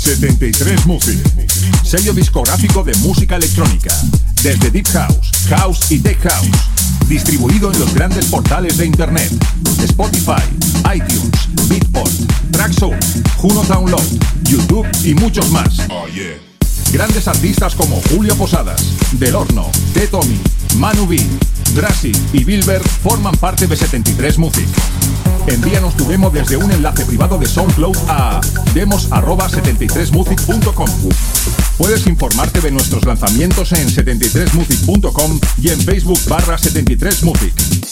73 Music, sello discográfico de música electrónica, desde Deep House, House y Tech House, distribuido en los grandes portales de internet, Spotify, iTunes, Beatport, Traxsource, Juno Download, YouTube y muchos más. Oh, yeah. Grandes artistas como Julio Posadas, Del Horno, T. Tommy, Manu B, Drassi y Bilber forman parte de 73 Music. Envíanos tu demo desde un enlace privado de SoundCloud a demos@73music.com. Puedes informarte de nuestros lanzamientos en 73music.com y en Facebook/73music.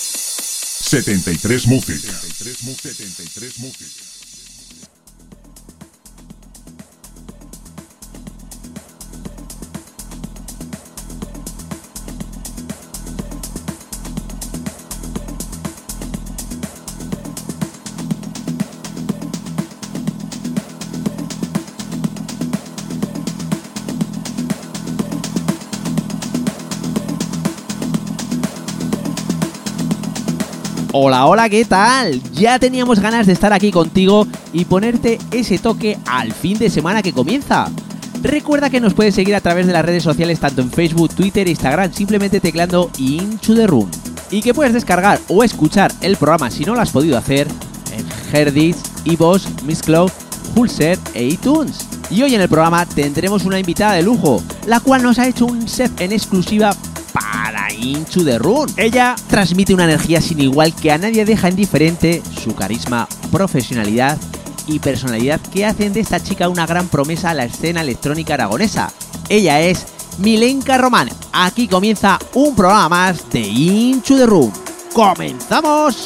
73 Music. 73 Music. Hola, hola, ¿qué tal? Ya teníamos ganas de estar aquí contigo y ponerte ese toque al fin de semana que comienza. Recuerda que nos puedes seguir a través de las redes sociales tanto en Facebook, Twitter e Instagram simplemente tecleando Into the Room. Y que puedes descargar o escuchar el programa si no lo has podido hacer en Herdis, iVoox, Mixcloud, Pulser e iTunes. Y hoy en el programa tendremos una invitada de lujo, la cual nos ha hecho un set en exclusiva para Into the Room. Ella transmite una energía sin igual que a nadie deja indiferente, su carisma, profesionalidad y personalidad que hacen de esta chica una gran promesa a la escena electrónica aragonesa. Ella es Milenka Román. Aquí comienza un programa más de Into the Room. ¡Comenzamos!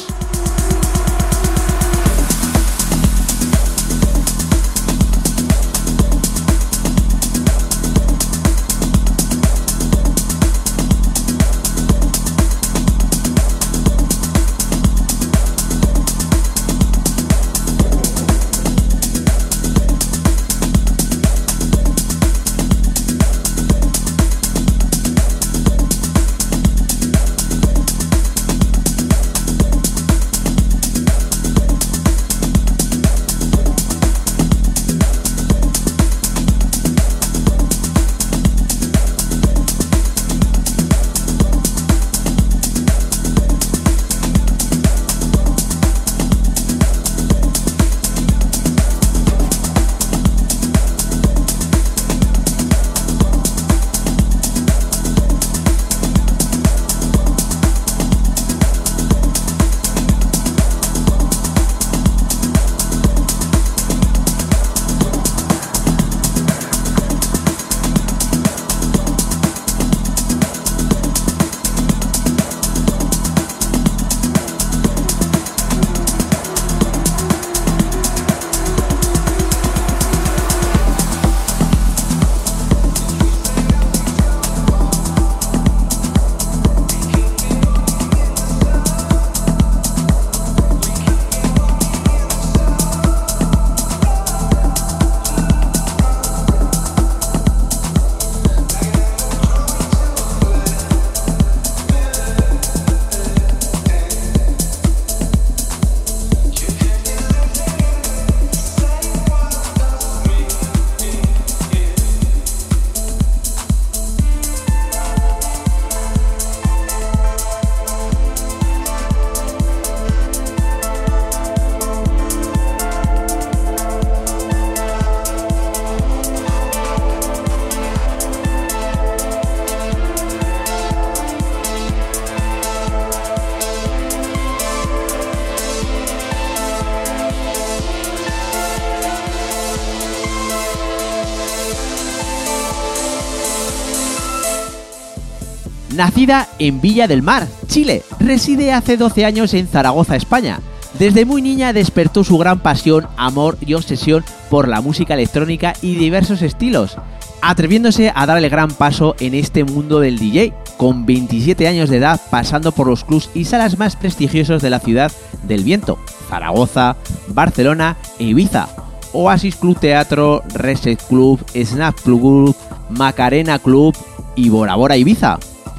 Nacida en Villa del Mar, Chile, reside hace 12 años en Zaragoza, España. Desde muy niña despertó su gran pasión, amor y obsesión por la música electrónica y diversos estilos, atreviéndose a dar el gran paso en este mundo del DJ, con 27 años de edad pasando por los clubs y salas más prestigiosos de la ciudad del viento, Zaragoza, Barcelona e Ibiza, Oasis Club Teatro, Reset Club, Snap Club, Macarena Club y Bora Bora Ibiza.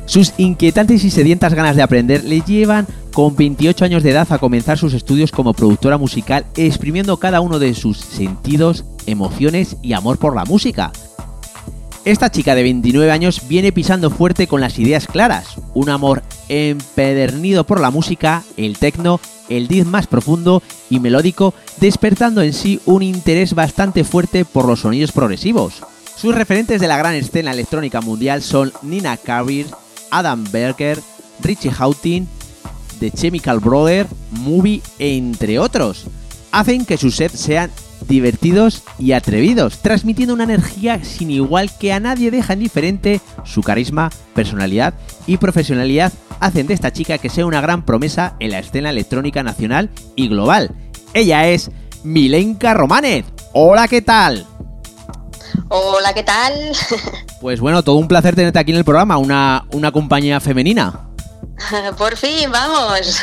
Sus inquietantes y sedientas ganas de aprender le llevan con 28 años de edad a comenzar sus estudios como productora musical, exprimiendo cada uno de sus sentidos, emociones y amor por la música. Esta chica de 29 años viene pisando fuerte con las ideas claras, un amor empedernido por la música, el techno, el death más profundo y melódico, despertando en sí un interés bastante fuerte por los sonidos progresivos. Sus referentes de la gran escena electrónica mundial son Nina Carter, Adam Berger, Richie Hawtin, The Chemical Brothers, Movie, entre otros. Hacen que sus sets sean divertidos y atrevidos, transmitiendo una energía sin igual que a nadie deja indiferente. Su carisma, personalidad y profesionalidad hacen de esta chica que sea una gran promesa en la escena electrónica nacional y global. Ella es Milenka Románez. Hola, ¿qué tal? Hola, ¿qué tal? Pues bueno, todo un placer tenerte aquí en el programa, una compañía femenina. Por fin, vamos.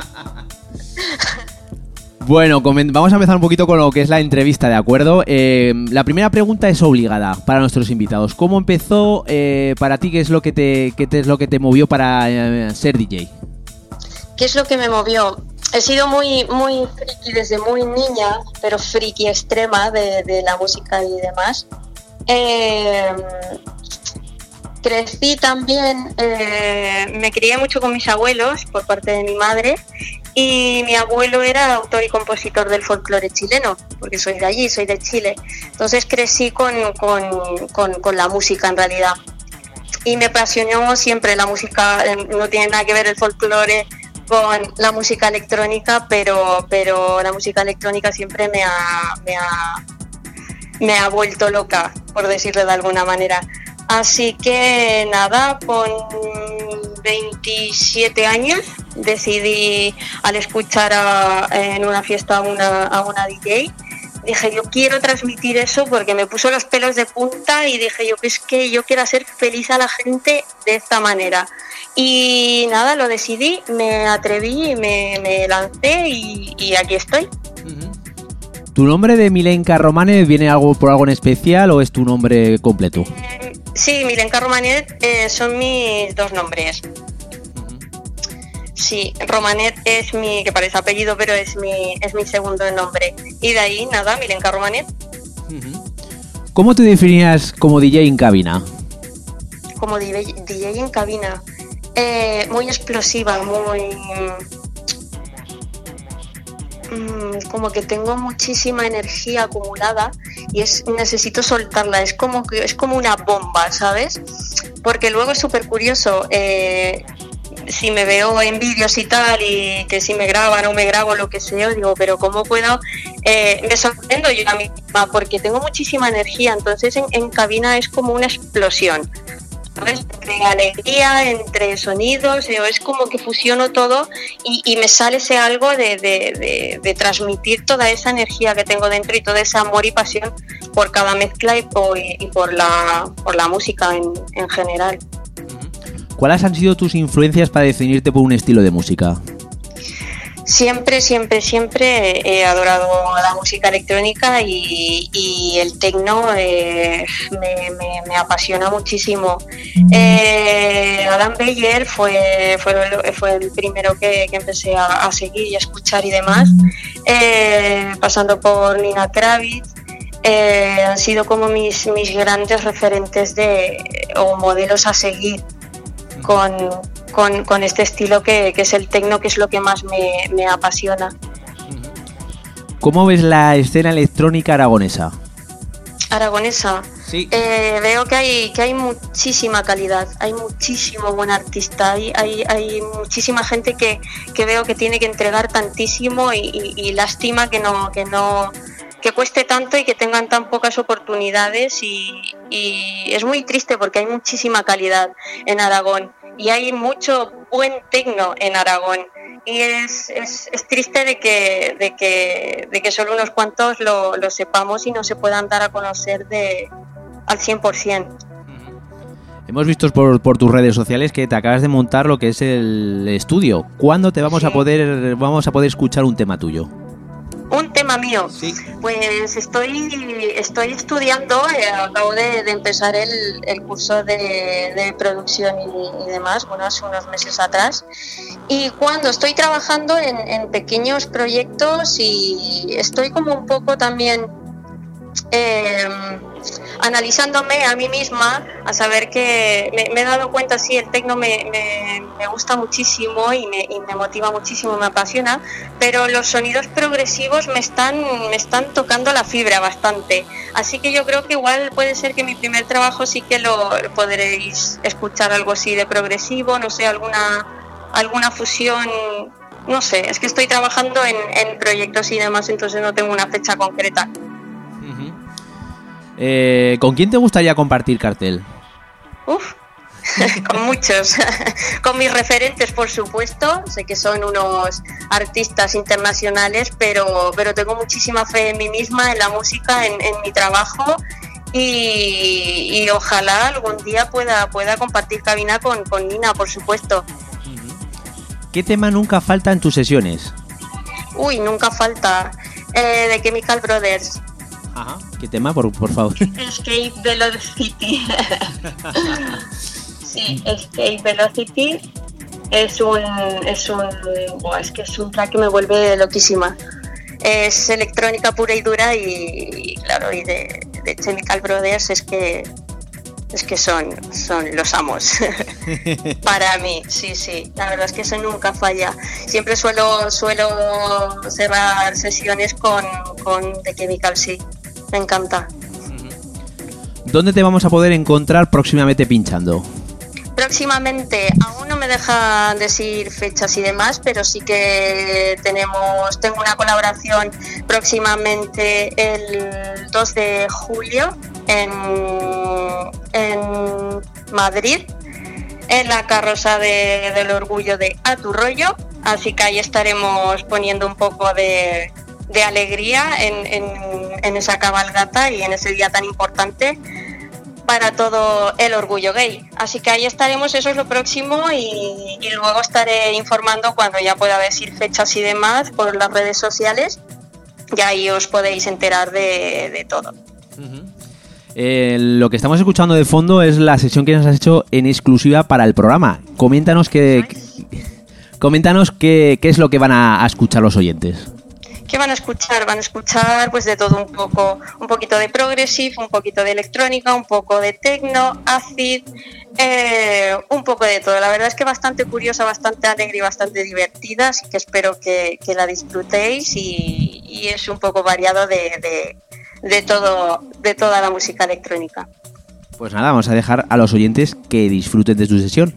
Bueno, vamos a empezar un poquito con lo que es la entrevista, ¿de acuerdo? La primera pregunta es obligada para nuestros invitados. ¿Cómo empezó para ti? ¿Qué es lo que te movió para ser DJ? ¿Qué es lo que me movió? He sido muy friki desde muy niña, pero friki extrema de la música y demás. Crecí también, me crié mucho con mis abuelos por parte de mi madre, y mi abuelo era autor y compositor del folclore chileno, porque soy de allí, soy de Chile. Entonces crecí con la música en realidad. Y me apasionó siempre la música, no tiene nada que ver el folclore con la música electrónica, pero la música electrónica siempre me ha vuelto loca, por decirlo de alguna manera. Así que nada, con 27 años decidí, al escuchar en una fiesta a una DJ, dije, yo quiero transmitir eso, porque me puso los pelos de punta y dije yo, que es que yo quiero hacer feliz a la gente de esta manera. Y nada, lo decidí, me atreví, me lancé y aquí estoy. ¿Tu nombre de Milenka Románez viene por algo en especial o es tu nombre completo? Sí, Milenka Románez son mis dos nombres. Sí, Románez es que parece apellido, pero es mi segundo nombre. Y de ahí, nada, Milenka Románez. ¿Cómo te definías como DJ en cabina? Como DJ en cabina, muy explosiva, como que tengo muchísima energía acumulada y necesito soltarla, es como una bomba, ¿sabes? Porque luego es súper curioso, si me veo en vídeos y tal, y que si me graban o me grabo lo que sea, digo, pero ¿cómo puedo? Me sorprendo yo a mí misma porque tengo muchísima energía, entonces en cabina es como una explosión, ¿sabes? Entre alegría, entre sonidos, es como que fusiono todo y me sale ese algo de transmitir toda esa energía que tengo dentro y todo ese amor y pasión por cada mezcla y por la música en general. ¿Cuáles han sido tus influencias para definirte por un estilo de música? Siempre he adorado la música electrónica y el techno me apasiona muchísimo. Adam Berger fue el primero que empecé a seguir y a escuchar y demás, pasando por Nina Carter. Han sido como mis grandes referentes o modelos a seguir con este estilo que es el techno, que es lo que más me apasiona. ¿Cómo ves la escena electrónica aragonesa? Aragonesa. Sí. Veo que hay muchísima calidad, hay muchísimo buen artista, hay muchísima gente que veo que tiene que entregar tantísimo y lástima que cueste tanto y que tengan tan pocas oportunidades y es muy triste porque hay muchísima calidad en Aragón y hay mucho buen techno en Aragón y es triste de que solo unos cuantos lo sepamos y no se puedan dar a conocer al 100%. Hemos visto por tus redes sociales que te acabas de montar lo que es el estudio. ¿Cuándo te vamos a poder escuchar un tema tuyo? Un tema mío. Sí. Pues estoy estudiando, acabo de empezar el curso de producción y demás, bueno, hace unos meses atrás. Y cuando estoy trabajando en pequeños proyectos y estoy como un poco también analizándome a mí misma, a saber que me he dado cuenta, sí, el techno me gusta muchísimo y me motiva muchísimo, me apasiona, pero los sonidos progresivos me están tocando la fibra bastante, así que yo creo que igual puede ser que mi primer trabajo sí que lo podréis escuchar algo así de progresivo, no sé, alguna fusión, no sé, es que estoy trabajando en proyectos y demás, entonces no tengo una fecha concreta. ¿Con quién te gustaría compartir cartel? Con muchos. Con mis referentes, por supuesto. Sé que son unos artistas internacionales, pero tengo muchísima fe en mí misma, en la música, en mi trabajo. Y ojalá algún día pueda compartir cabina con Nina, por supuesto. ¿Qué tema nunca falta en tus sesiones? Nunca falta. The Chemical Brothers. Ajá. ¿Qué tema, por favor? Escape Velocity. Sí, Escape Velocity es que es un track que me vuelve loquísima. Es electrónica pura y dura y claro, y de Chemical Brothers es que son los amos. Para mí, sí, la verdad es que eso nunca falla. Siempre suelo cerrar sesiones con The Chemical, sí. Me encanta. ¿Dónde te vamos a poder encontrar próximamente pinchando? Próximamente, aún no me dejan decir fechas y demás, pero sí que tengo una colaboración próximamente el 2 de julio en Madrid, en la carroza del orgullo de A Tu Rollo, así que ahí estaremos poniendo un poco de alegría en esa cabalgata y en ese día tan importante para todo el orgullo gay. Así que ahí estaremos, eso es lo próximo, y luego estaré informando cuando ya pueda decir fechas y demás por las redes sociales, y ahí os podéis enterar de todo. Lo que estamos escuchando de fondo es la sesión que nos has hecho en exclusiva para el programa. Coméntanos qué es lo que van a escuchar los oyentes. ¿Qué van a escuchar? Van a escuchar pues de todo un poquito de progressive, un poquito de electrónica, un poco de techno, acid, un poco de todo. La verdad es que bastante curiosa, bastante alegre y bastante divertida, así que espero que la disfrutéis y es un poco variado de toda la música electrónica. Pues nada, vamos a dejar a los oyentes que disfruten de su sesión.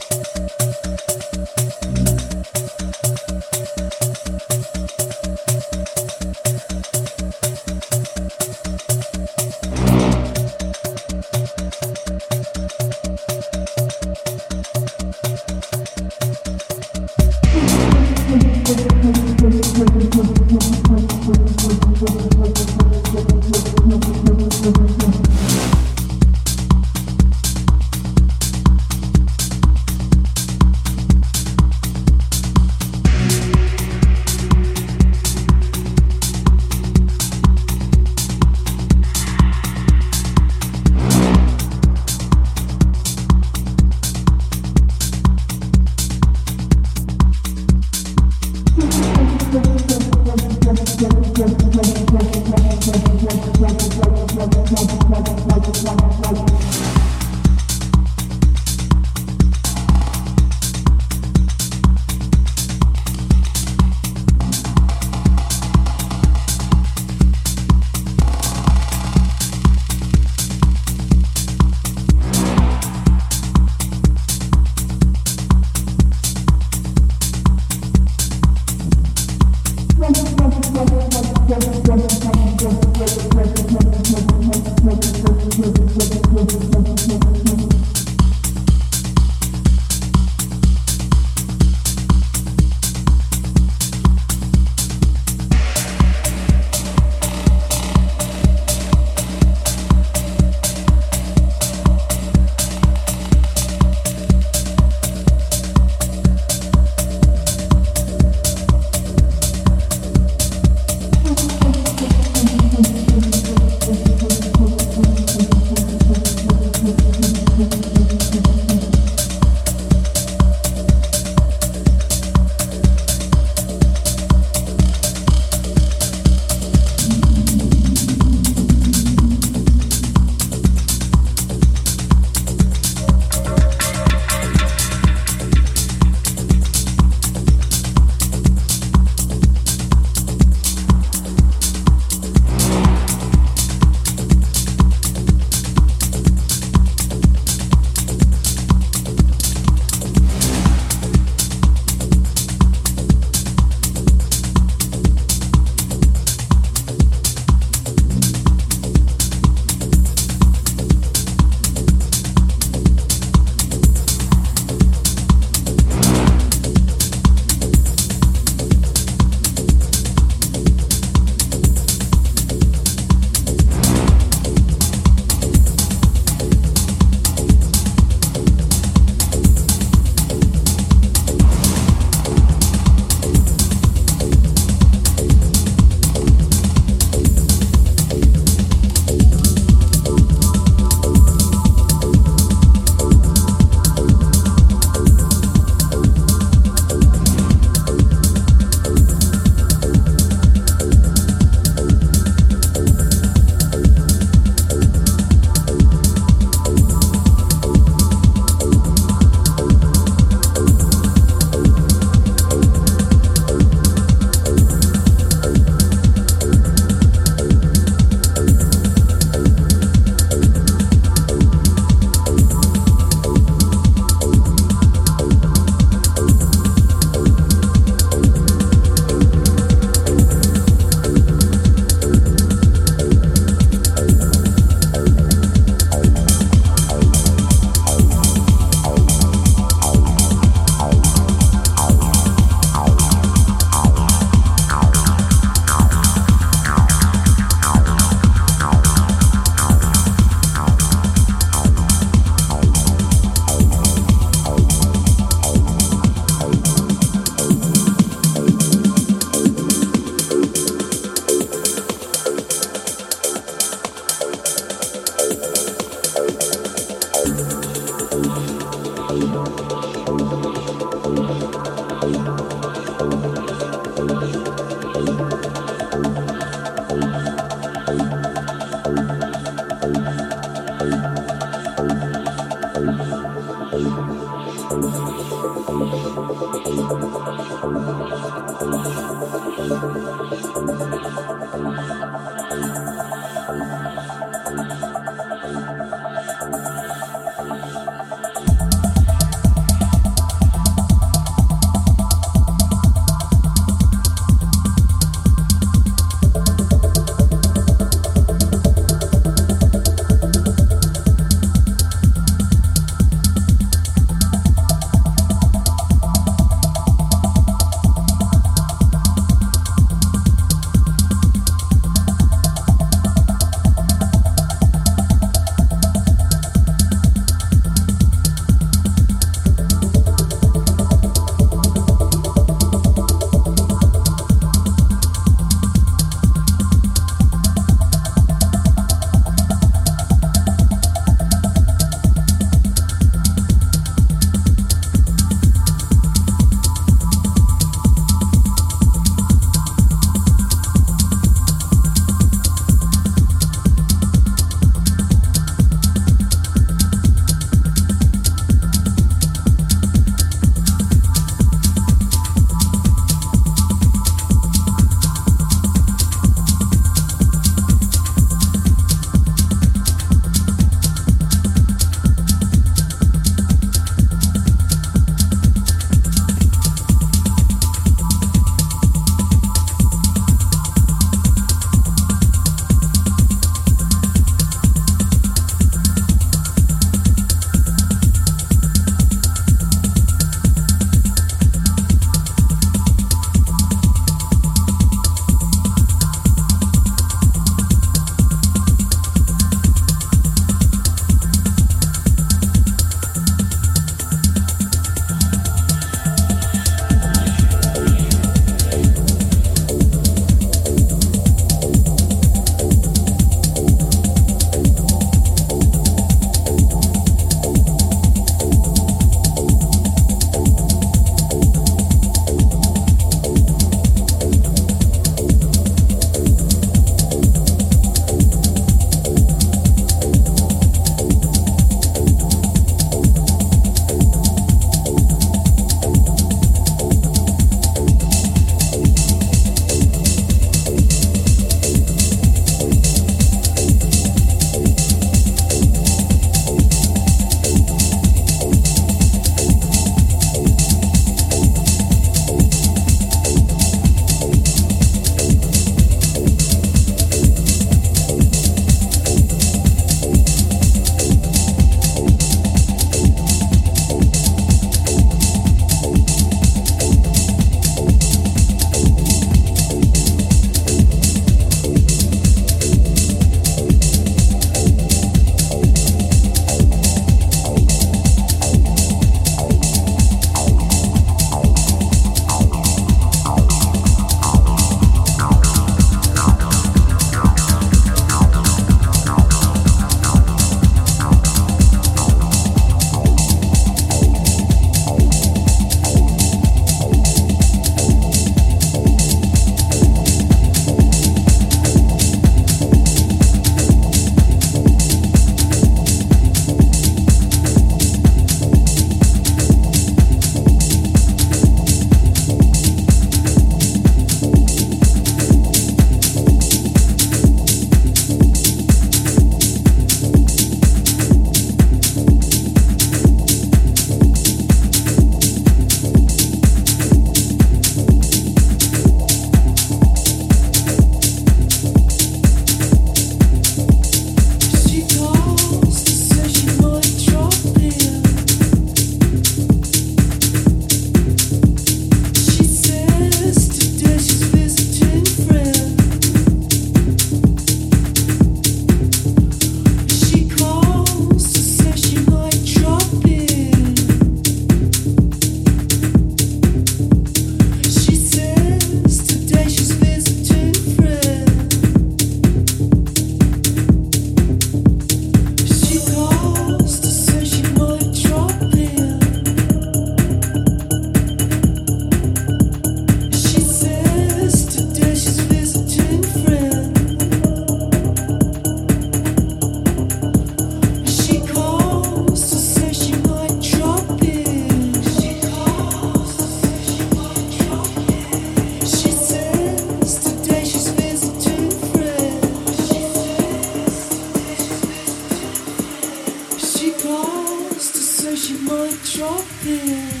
She calls to say she might drop in.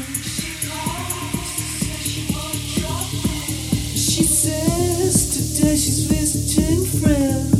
She says today she's visiting friends.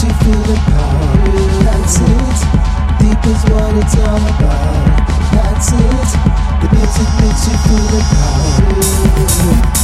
makes you feel the power. That's it. Deep is what it's all about. That's it. The music makes you feel the power.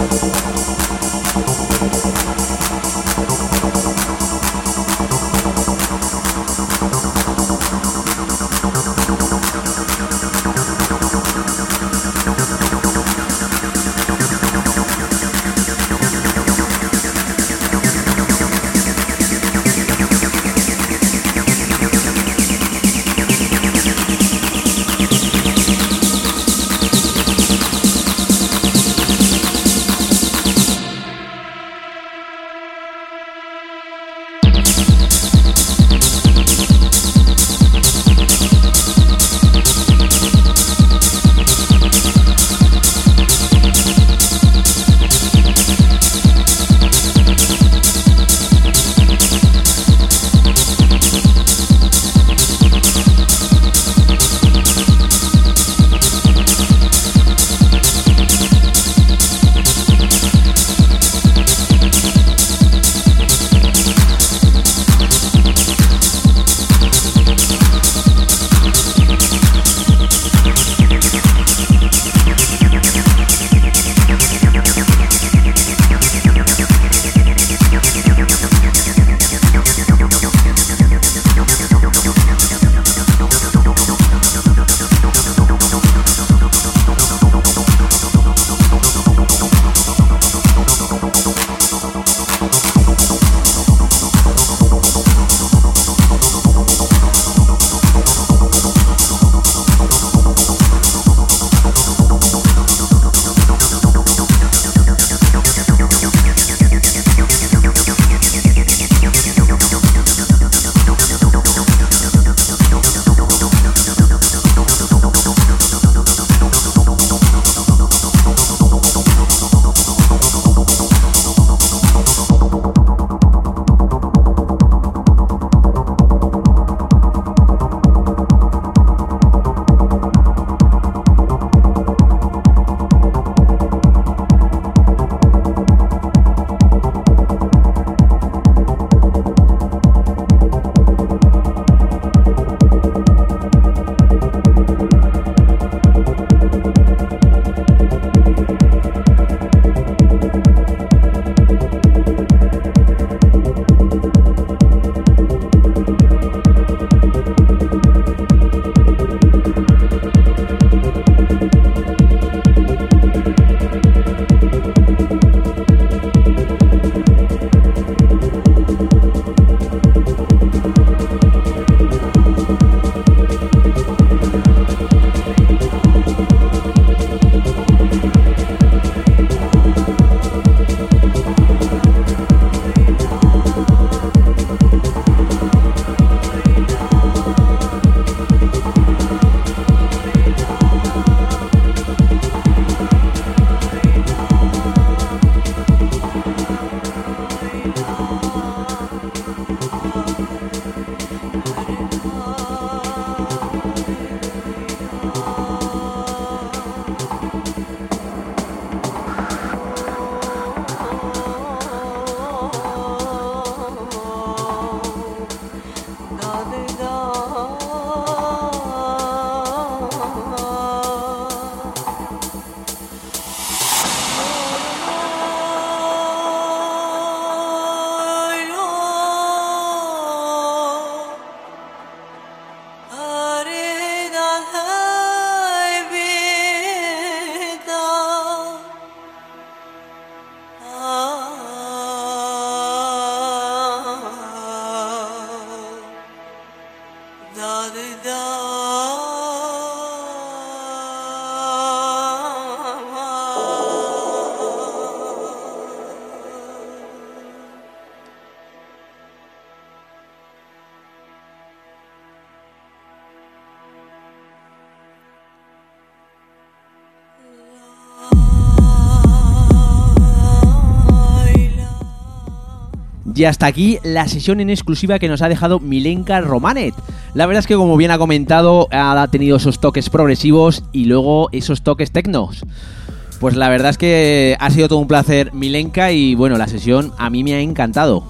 Y hasta aquí la sesión en exclusiva que nos ha dejado Milenka Romanet. La verdad es que, como bien ha comentado, ha tenido esos toques progresivos y luego esos toques tecnos. Pues la verdad es que ha sido todo un placer, Milenka, y bueno, la sesión a mí me ha encantado.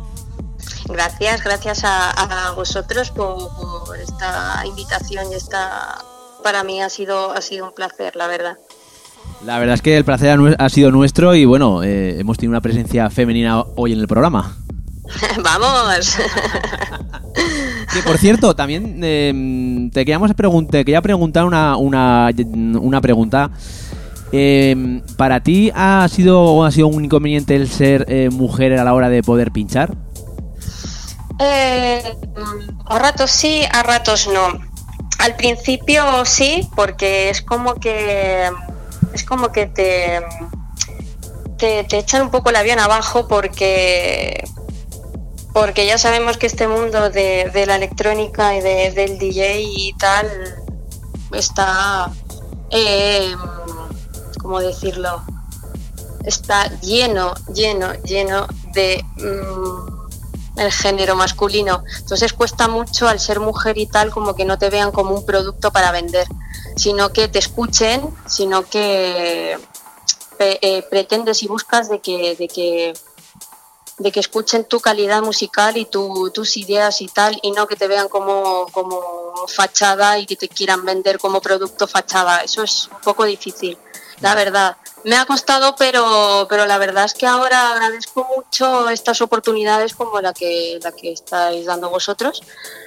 Gracias a vosotros por esta invitación y para mí ha sido un placer, la verdad. La verdad es que el placer ha sido nuestro y bueno, hemos tenido una presencia femenina hoy en el programa. ¡Vamos! Que por cierto, también te quería preguntar una pregunta. ¿Para ti ha sido un inconveniente el ser mujer a la hora de poder pinchar? A ratos sí, a ratos no. Al principio sí, porque es como que te echan un poco el avión abajo porque ya sabemos que este mundo de la electrónica y del DJ y tal está, ¿cómo decirlo? Está lleno de el género masculino. Entonces cuesta mucho al ser mujer y tal como que no te vean como un producto para vender, sino que te escuchen, sino que pretendes y buscas de que escuchen tu calidad musical y tus ideas y tal, y no que te vean como fachada y que te quieran vender como producto fachada. Eso es un poco difícil, la verdad. Me ha costado, pero la verdad es que ahora agradezco mucho estas oportunidades como la que estáis dando vosotros,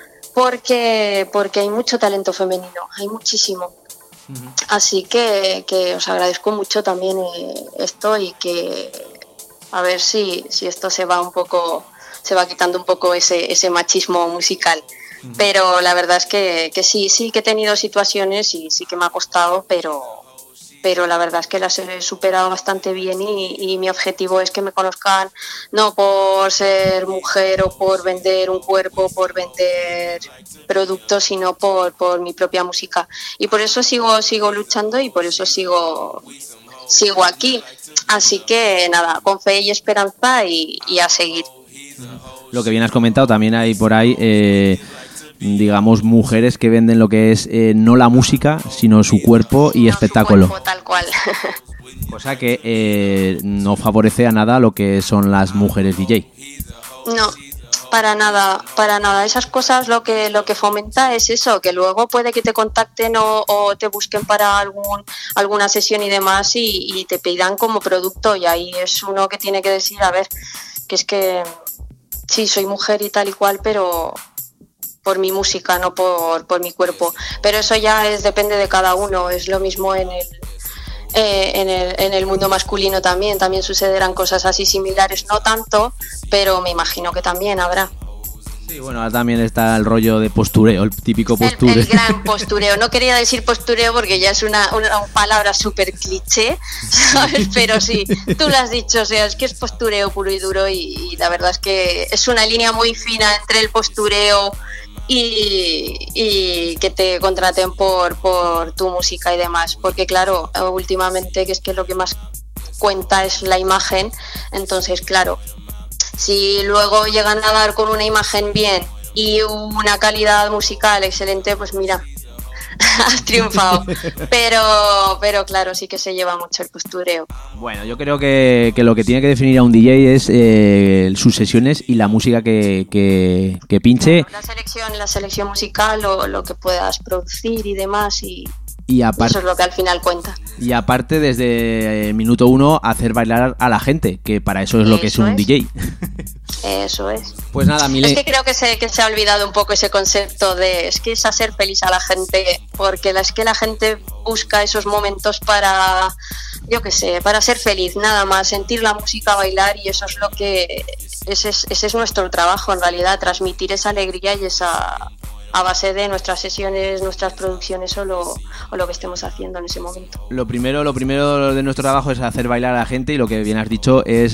porque hay mucho talento femenino, hay muchísimo. Así que os agradezco mucho también esto, y que a ver si esto se va quitando un poco ese machismo musical. Pero la verdad es que sí que he tenido situaciones y sí que me ha costado, pero la verdad es que las he superado bastante bien, y mi objetivo es que me conozcan no por ser mujer o por vender un cuerpo, por vender productos, sino por mi propia música. Y por eso sigo luchando, y por eso sigo aquí. Así que nada, con fe y esperanza y a seguir. Lo que bien has comentado, también hay por ahí digamos, mujeres que venden lo que es no la música, sino su cuerpo y espectáculo. Su cuerpo, tal cual. Cosa que no favorece a nada lo que son las mujeres DJ. No, para nada. Esas cosas lo que fomenta es eso, que luego puede que te contacten o te busquen para alguna sesión y demás, y te pidan como producto, y ahí es uno que tiene que decir, a ver, que es que sí, soy mujer y tal y cual, pero por mi música, no por mi cuerpo. Pero eso ya depende de cada uno. Es lo mismo en el mundo masculino también sucederán cosas así similares, no tanto, pero me imagino que también habrá. Sí, bueno, ahora también está el rollo de postureo, el típico postureo. El gran postureo. No quería decir postureo porque ya es una palabra súper cliché, ¿sabes? Pero sí, tú lo has dicho, o sea, es que es postureo puro y duro, y la verdad es que es una línea muy fina entre el postureo y que te contraten por tu música y demás, porque claro, últimamente que es que lo que más cuenta es la imagen. Entonces claro, si luego llegan a dar con una imagen bien y una calidad musical excelente, pues mira, has triunfado. Pero claro, sí que se lleva mucho el postureo. Bueno, yo creo que lo que tiene que definir a un DJ es sus sesiones y la música que pinche. La selección musical, o lo que puedas producir y demás, y eso es lo que al final cuenta. Y aparte, desde el minuto uno, hacer bailar a la gente, que para eso es lo que es un DJ. Eso es. Pues nada, Es que creo que se ha olvidado un poco ese concepto de es que es hacer feliz a la gente, porque es que la gente busca esos momentos para, yo qué sé, para ser feliz, nada más, sentir la música, bailar, y eso es lo que ese es nuestro trabajo en realidad, transmitir esa alegría y esa, a base de nuestras sesiones, nuestras producciones o lo que estemos haciendo en ese momento. Lo primero de nuestro trabajo es hacer bailar a la gente, y lo que bien has dicho es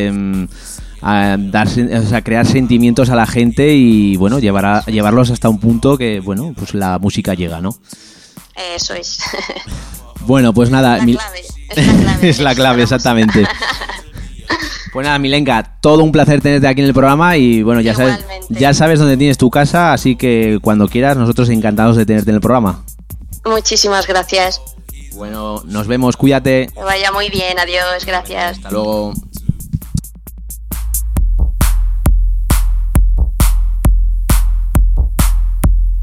crear sentimientos a la gente y bueno, llevarlos hasta un punto que bueno, pues la música llega, ¿no? Eso es. Bueno, pues nada, es la clave. Es la clave, exactamente. Pues nada, Milenka, todo un placer tenerte aquí en el programa, y bueno, ya sabes dónde tienes tu casa, así que cuando quieras, nosotros encantados de tenerte en el programa. Muchísimas gracias. Bueno, nos vemos, cuídate. Que vaya muy bien, adiós, gracias. Hasta luego.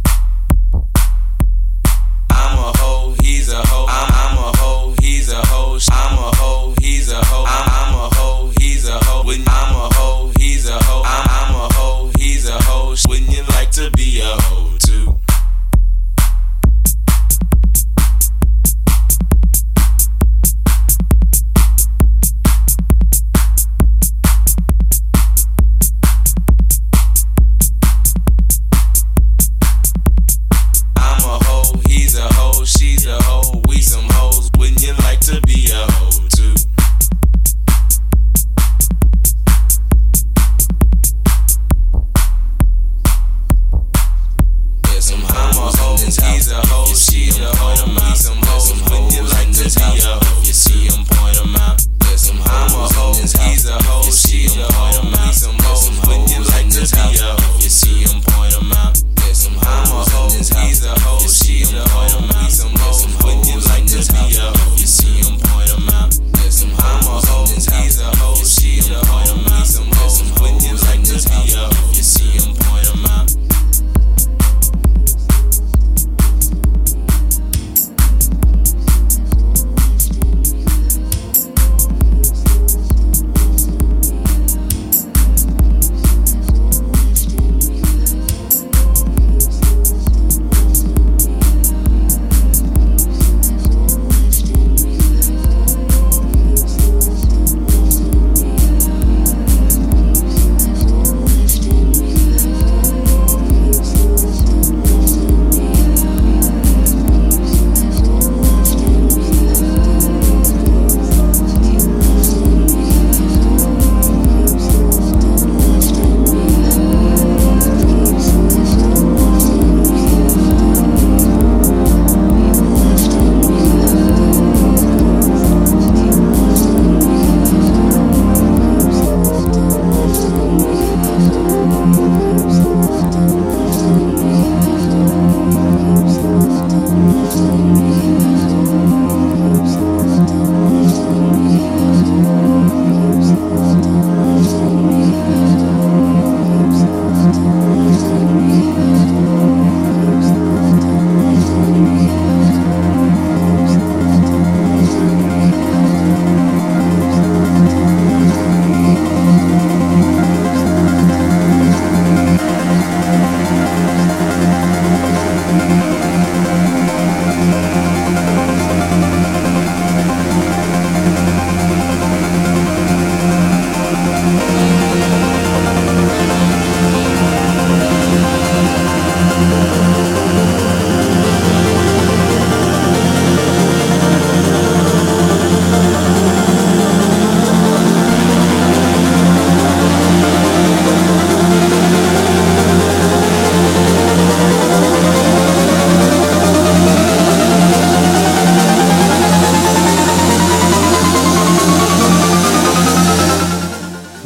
I'm a hoe, he's a hoe.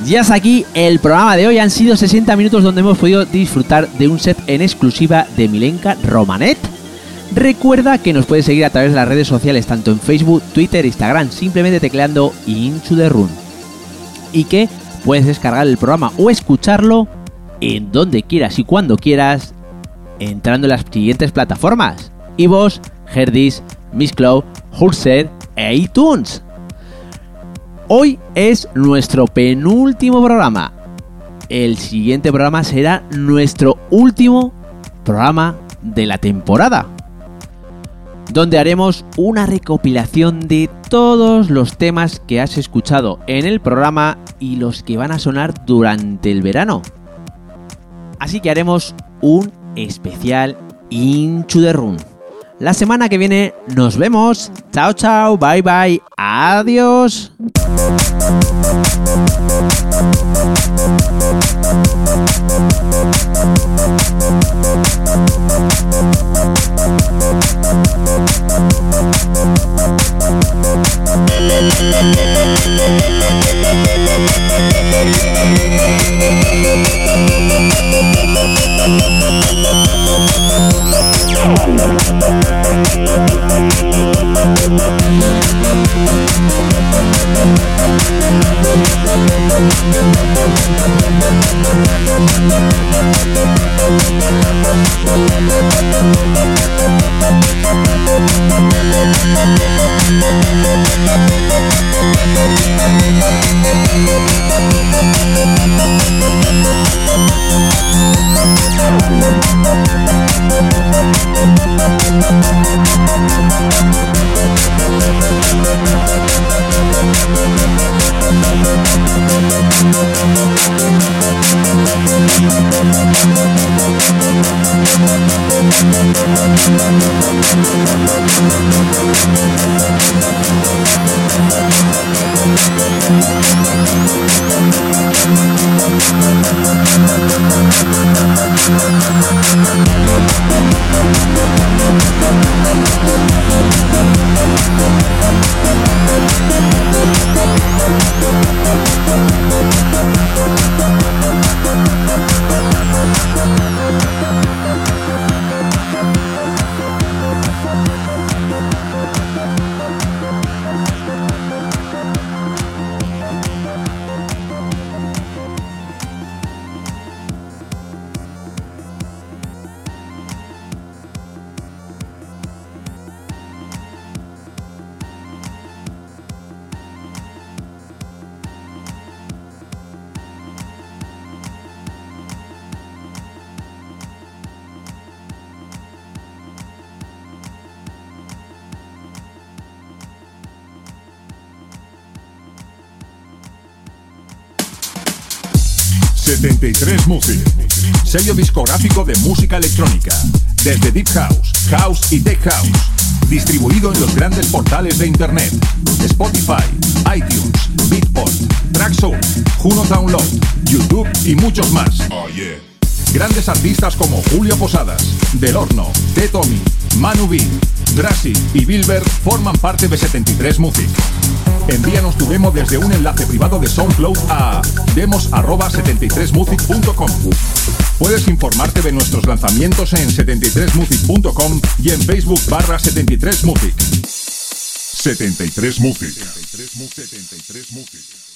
Ya hasta aquí el programa de hoy. Han sido 60 minutos donde hemos podido disfrutar de un set en exclusiva de Milenka Romanet. Recuerda que nos puedes seguir a través de las redes sociales, tanto en Facebook, Twitter, Instagram, simplemente tecleando Into the Room. Y que puedes descargar el programa o escucharlo en donde quieras y cuando quieras, entrando en las siguientes plataformas: iVoox, Heardis, Mixcloud, Hootsuite e iTunes. Hoy es nuestro penúltimo programa. El siguiente programa será nuestro último programa de la temporada, donde haremos una recopilación de todos los temas que has escuchado en el programa y los que van a sonar durante el verano. Así que haremos un especial Into the Room. La semana que viene nos vemos. Chao, chao, bye, bye, adiós. ...73 Music, sello discográfico de música electrónica, desde Deep House, House y Tech House, distribuido en los grandes portales de internet: Spotify, iTunes, Beatport, Traxsource, Juno Download, YouTube y muchos más. Oh, yeah. Grandes artistas como Julio Posadas, Del Horno, T-Tommy, Manu B, Drassi y Bilber forman parte de 73 Music. Envíanos tu demo desde un enlace privado de SoundCloud a demos@73music.com. Puedes informarte de nuestros lanzamientos en 73music.com y en Facebook/73music. 73 Music. 73 Music.